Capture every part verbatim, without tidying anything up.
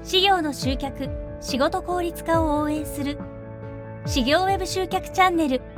事業の集客・仕事効率化を応援する事業ウェブ集客チャンネル。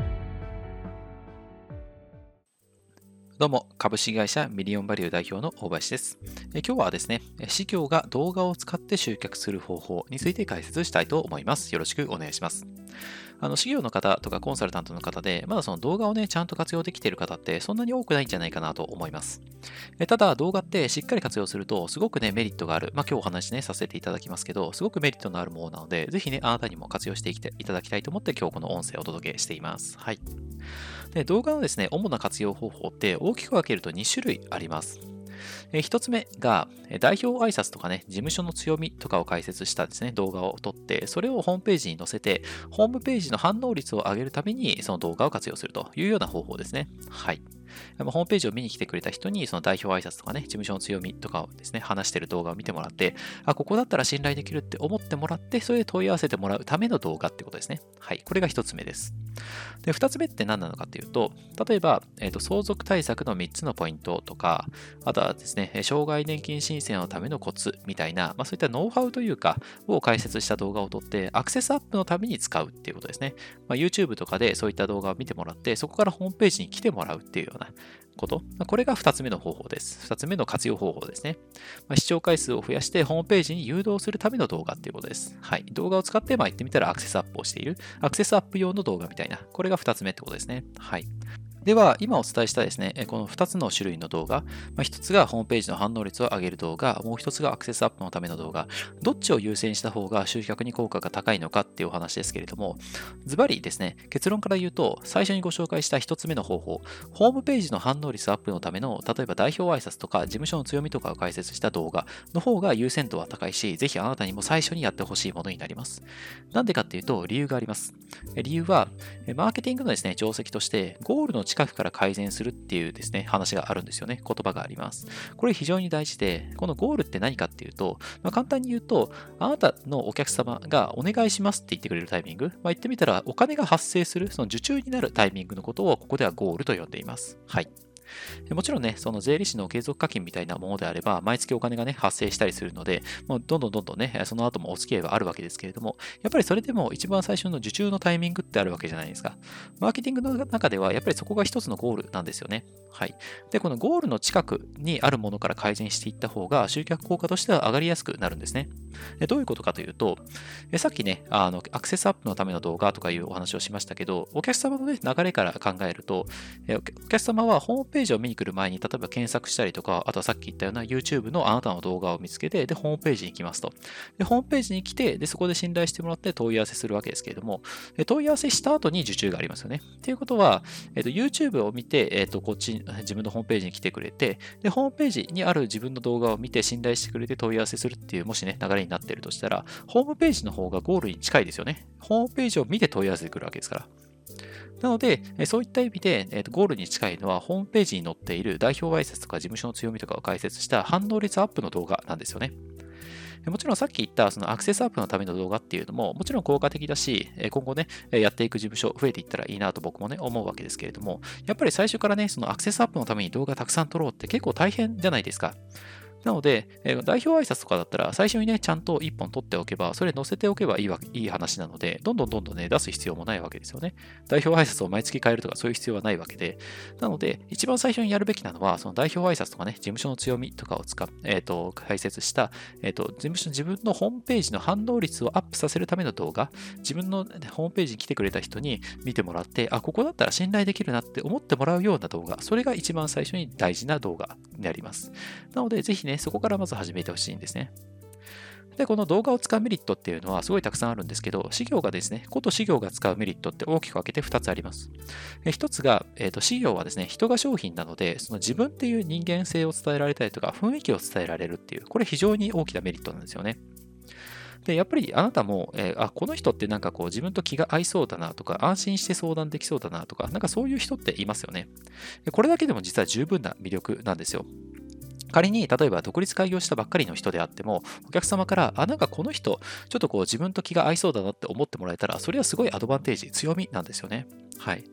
どうも、株式会社ミリオンバリュー代表の大林です。え今日はですね、事業が動画を使って集客する方法について解説したいと思います。よろしくお願いします。あの、事業の方とかコンサルタントの方で、まだその動画をね、ちゃんと活用できている方ってそんなに多くないんじゃないかなと思います。えただ、動画ってしっかり活用すると、すごくね、メリットがある。まあ、今日お話ね、させていただきますけど、すごくメリットのあるものなので、ぜひね、あなたにも活用していきたいいただきたいと思って、今日この音声をお届けしています。はい。で、動画のですね、主な活用方法って大きく分けるとに種類あります。えー一つ目が、えー代表挨拶とかね、事務所の強みとかを解説したですね、動画を撮って、それをホームページに載せて、ホームページの反応率を上げるために、その動画を活用するというような方法ですね。はい。まあホームページを見に来てくれた人に、その代表挨拶とかね、事務所の強みとかをですね、話してる動画を見てもらって、あ、ここだったら信頼できるって思ってもらって、それで問い合わせてもらうための動画ってことですね。はい。これが一つ目です。で、二つ目って何なのかっていうと、例えば、えーと、相続対策のみっつのポイントとか、あとはですね、障害年金申請のためのコツみたいな、まあ、そういったノウハウというか、を解説した動画を撮って、アクセスアップのために使うっていうことですね。まあ、YouTube とかでそういった動画を見てもらって、そこからホームページに来てもらうっていうようなこと。まあ、これが二つ目の方法です。二つ目の活用方法ですね。まあ、視聴回数を増やして、ホームページに誘導するための動画っていうことです。はい。動画を使って、まあ、言ってみたらアクセスアップをしている。アクセスアップ用の動画みたいな。これが二つ目ってことですね。はい。では、今お伝えしたですね、このふたつの種類の動画、まあ、ひとつがホームページの反応率を上げる動画、もうひとつがアクセスアップのための動画、どっちを優先した方が集客に効果が高いのかっていうお話ですけれども、ズバリですね、結論から言うと、最初にご紹介したひとつめの方法、ホームページの反応率アップのための、例えば代表挨拶とか事務所の強みとかを解説した動画の方が優先度は高いし、ぜひあなたにも最初にやってほしいものになります。なんでかっていうと、理由があります。理由は、マーケティングのですね、定石として、ゴールの近くから改善するっていうですね、話があるんですよね。言葉があります。これ非常に大事で、このゴールって何かっていうと、まあ、簡単に言うと、あなたのお客様がお願いしますって言ってくれるタイミング、まあ、言ってみたらお金が発生する、その受注になるタイミングのことをここではゴールと呼んでいます。はい。もちろんね、その税理士の継続課金みたいなものであれば、毎月お金がね、発生したりするので、もうどんどんどんどんね、その後もお付き合いはあるわけですけれども、やっぱりそれでも一番最初の受注のタイミングってあるわけじゃないですか。マーケティングの中では、やっぱりそこが一つのゴールなんですよね。はい。で、このゴールの近くにあるものから改善していった方が、集客効果としては上がりやすくなるんですね。でどういうことかというと、さっきね、あの、アクセスアップのための動画とかいうお話をしましたけど、お客様の、ね、流れから考えると、お客様はホームページを見に来る前に、例えば検索したりとか、あとはさっき言ったような YouTube のあなたの動画を見つけて、で、ホームページに行きますと。で、ホームページに来て、で、そこで信頼してもらって問い合わせするわけですけれども、問い合わせした後に受注がありますよね。っていうことは、えっと、YouTube を見て、えっと、こっち、自分のホームページに来てくれて、で、ホームページにある自分の動画を見て信頼してくれて問い合わせするっていう、もしね、流れになっているとしたら、ホームページの方がゴールに近いですよね。ホームページを見て問い合わせてくるわけですから。なので、そういった意味で、えーと、ゴールに近いのは、ホームページに載っている代表挨拶とか事務所の強みとかを解説した反応率アップの動画なんですよね。もちろんさっき言ったそのアクセスアップのための動画っていうのももちろん効果的だし、今後ね、やっていく事務所増えていったらいいなと僕もね、思うわけですけれども、やっぱり最初からね、そのアクセスアップのために動画たくさん撮ろうって結構大変じゃないですか。なので、えー代表挨拶とかだったら、最初にね、ちゃんといっぽん取っておけば、それ載せておけばいいわいい話なので、どんどんどんどんね、出す必要もないわけですよね。代表挨拶を毎月変えるとか、そういう必要はないわけで。なので、一番最初にやるべきなのは、その代表挨拶とかね、事務所の強みとかを使っ、えっ、と、解説した、えっ、と、事務所、自分のホームページの反応率をアップさせるための動画、自分のホームページに来てくれた人に見てもらって、あ、ここだったら信頼できるなって思ってもらうような動画、それが一番最初に大事な動画になります。なので、ぜひね、そこからまず始めてほしいんですね。で、この動画を使うメリットっていうのはすごいたくさんあるんですけど、事業がですね、こと事業が使うメリットって大きく分けてふたつあります。ひとつが、えーと、事業はですね、人が商品なので、その自分っていう人間性を伝えられたりとか、雰囲気を伝えられるっていう、これ非常に大きなメリットなんですよね。で、やっぱりあなたも、えーあ、この人ってなんかこう自分と気が合いそうだなとか、安心して相談できそうだなとか、なんかそういう人っていますよね。これだけでも実は十分な魅力なんですよ。仮に、例えば独立開業したばっかりの人であっても、お客様から、あ、なんかこの人、ちょっとこう自分と気が合いそうだなって思ってもらえたら、それはすごいアドバンテージ、強みなんですよね。はい。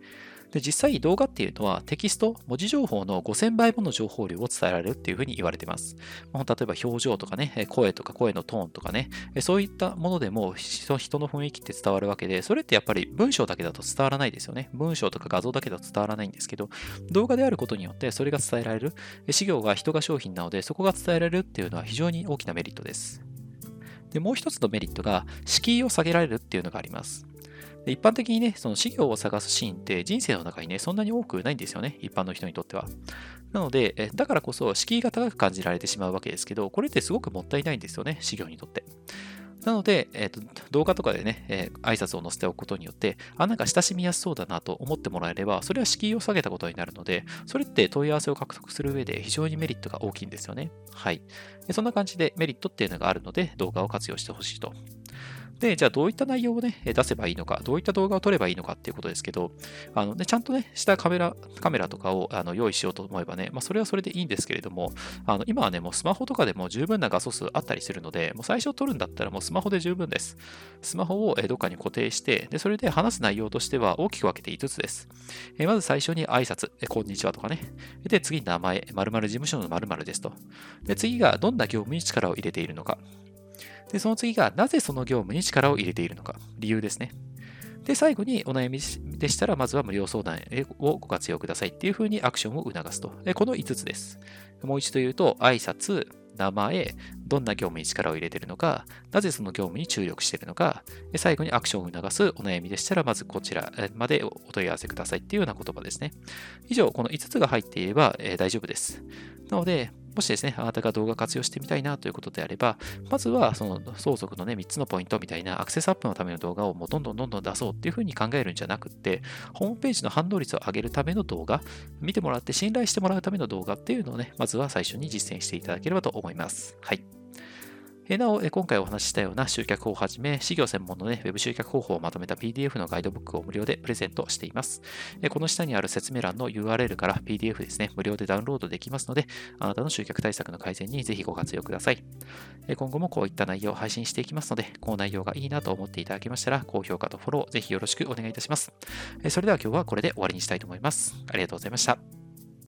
で、実際動画っていうのはテキスト、文字情報のごせんばいもの情報量を伝えられるっていうふうに言われています。まあ例えば表情とかね、声とか声のトーンとかね、そういったものでも人人の雰囲気って伝わるわけで、それってやっぱり文章だけだと伝わらないですよね。文章とか画像だけだと伝わらないんですけど、動画であることによってそれが伝えられる。事業が人が商品なので、そこが伝えられるっていうのは非常に大きなメリットです。で、もう一つのメリットが、敷居を下げられるっていうのがあります。で一般的にね、その資料を探すシーンって人生の中にね、そんなに多くないんですよね、一般の人にとっては。なので、えだからこそ敷居が高く感じられてしまうわけですけど、これってすごくもったいないんですよね、資料にとって。なので、えーと、動画とかでね、えー、挨拶を載せておくことによって、あ、なんか親しみやすそうだなと思ってもらえれば、それは敷居を下げたことになるので、それって問い合わせを獲得する上で非常にメリットが大きいんですよね。はい。でそんな感じでメリットっていうのがあるので、動画を活用してほしいと。で、じゃあどういった内容をね、出せばいいのか、どういった動画を撮ればいいのかっていうことですけど、あのね、ちゃんとね、したカメラ、カメラとかをあの用意しようと思えばね、まあ、それはそれでいいんですけれども、あの今はね、もうスマホとかでも十分な画素数あったりするので、もう最初撮るんだったらもうスマホで十分です。スマホをどっかに固定して、で、それで話す内容としては大きく分けていつつです。えまず最初に挨拶、えこんにちはとかね。で、次名前、〇〇事務所の〇〇ですと。で、次がどんな業務に力を入れているのか。で、その次がなぜその業務に力を入れているのか、理由ですね。で、最後にお悩みでしたら、まずは無料相談をご活用くださいっていうふうにアクションを促すと。このいつつです。もう一度言うと、挨拶、名前、どんな業務に力を入れているのか、なぜその業務に注力しているのか、最後にアクションを促すお悩みでしたら、まずこちらまでお問い合わせくださいっていうような言葉ですね。以上、このいつつが入っていれば大丈夫です。なので、もしですね、あなたが動画活用してみたいなということであれば、まずはその相続のね、みっつのポイントみたいなアクセスアップのための動画をもうどんどんどんどん出そうっていうふうに考えるんじゃなくって、ホームページの反応率を上げるための動画、見てもらって信頼してもらうための動画っていうのをね、まずは最初に実践していただければと思います。はい。なお、今回お話ししたような集客法をはじめ、事業専門の、ね、ウェブ集客方法をまとめた ピーディーエフ のガイドブックを無料でプレゼントしています。この下にある説明欄の ユーアールエル から ピーディーエフ ですね、無料でダウンロードできますので、あなたの集客対策の改善にぜひご活用ください。今後もこういった内容を配信していきますので、この内容がいいなと思っていただけましたら、高評価とフォローぜひよろしくお願いいたします。それでは今日はこれで終わりにしたいと思います。ありがとうございました。